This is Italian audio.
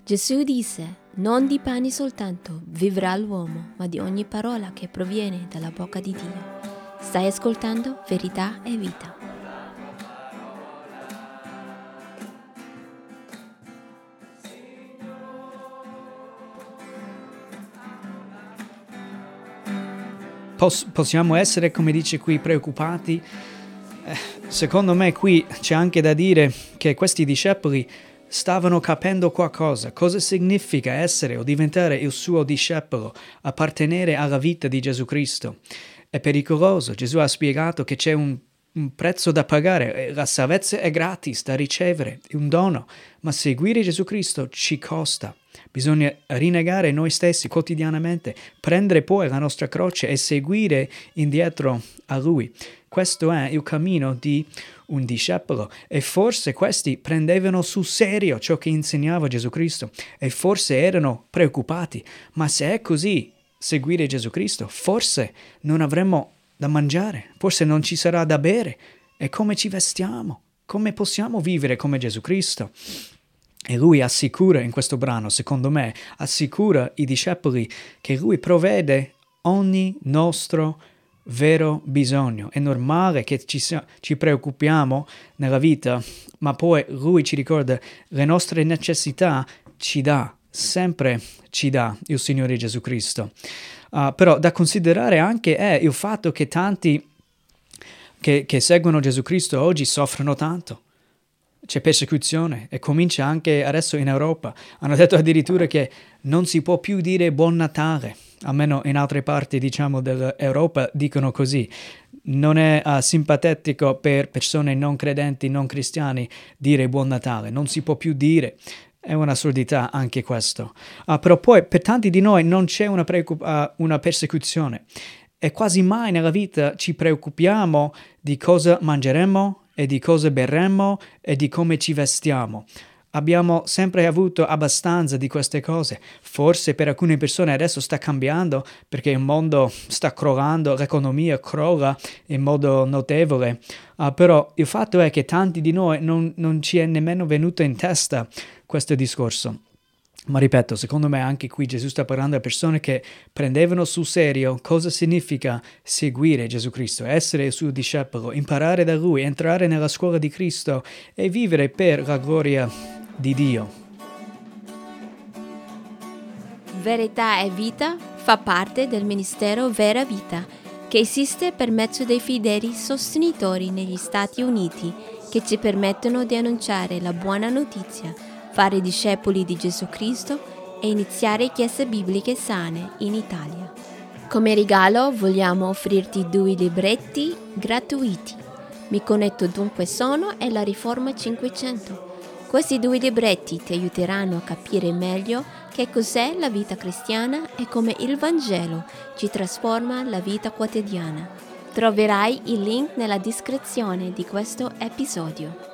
Gesù disse: non di pane soltanto vivrà l'uomo, ma di ogni parola che proviene dalla bocca di Dio. Stai ascoltando Verità e Vita. Possiamo essere, come dice qui, preoccupati? Secondo me qui c'è anche da dire che questi discepoli stavano capendo qualcosa. Cosa significa essere o diventare il suo discepolo, appartenere alla vita di Gesù Cristo? È pericoloso. Gesù ha spiegato che c'è un prezzo da pagare. La salvezza è gratis da ricevere, è un dono, ma seguire Gesù Cristo ci costa. Bisogna rinnegare noi stessi quotidianamente, prendere poi la nostra croce e seguire indietro a Lui. Questo è il cammino di un discepolo e forse questi prendevano sul serio ciò che insegnava Gesù Cristo e forse erano preoccupati. Ma se è così, seguire Gesù Cristo, forse non avremo da mangiare, forse non ci sarà da bere. E come ci vestiamo? Come possiamo vivere come Gesù Cristo? E lui assicura in questo brano, secondo me, assicura i discepoli che lui provvede ogni nostro vero bisogno. È normale che ci preoccupiamo nella vita, ma poi lui ci ricorda le nostre necessità, ci dà, sempre ci dà il Signore Gesù Cristo. Però da considerare anche è il fatto che tanti che seguono Gesù Cristo oggi soffrono tanto. C'è persecuzione e comincia anche adesso in Europa. Hanno detto addirittura che non si può più dire Buon Natale, almeno in altre parti, dell'Europa dicono così. Non è simpatico per persone non credenti, non cristiani, dire Buon Natale. Non si può più dire. È un'assurdità anche questo. Però poi per tanti di noi non c'è una persecuzione. E quasi mai nella vita ci preoccupiamo di cosa mangeremo e di cosa berremo e di come ci vestiamo. Abbiamo sempre avuto abbastanza di queste cose. Forse per alcune persone adesso sta cambiando perché il mondo sta crollando, l'economia crolla in modo notevole. Però il fatto è che tanti di noi non ci è nemmeno venuto in testa questo discorso. Ma ripeto, secondo me anche qui Gesù sta parlando a persone che prendevano sul serio cosa significa seguire Gesù Cristo, essere il suo discepolo, imparare da Lui, entrare nella scuola di Cristo e vivere per la gloria di Dio. Verità e Vita fa parte del ministero Vera Vita, che esiste per mezzo dei fedeli sostenitori negli Stati Uniti che ci permettono di annunciare la buona notizia, fare discepoli di Gesù Cristo e iniziare chiese bibliche sane in Italia. Come regalo vogliamo offrirti 2 libretti gratuiti. Mi connetto dunque sono e la Riforma 500. Questi 2 libretti ti aiuteranno a capire meglio che cos'è la vita cristiana e come il Vangelo ci trasforma la vita quotidiana. Troverai il link nella descrizione di questo episodio.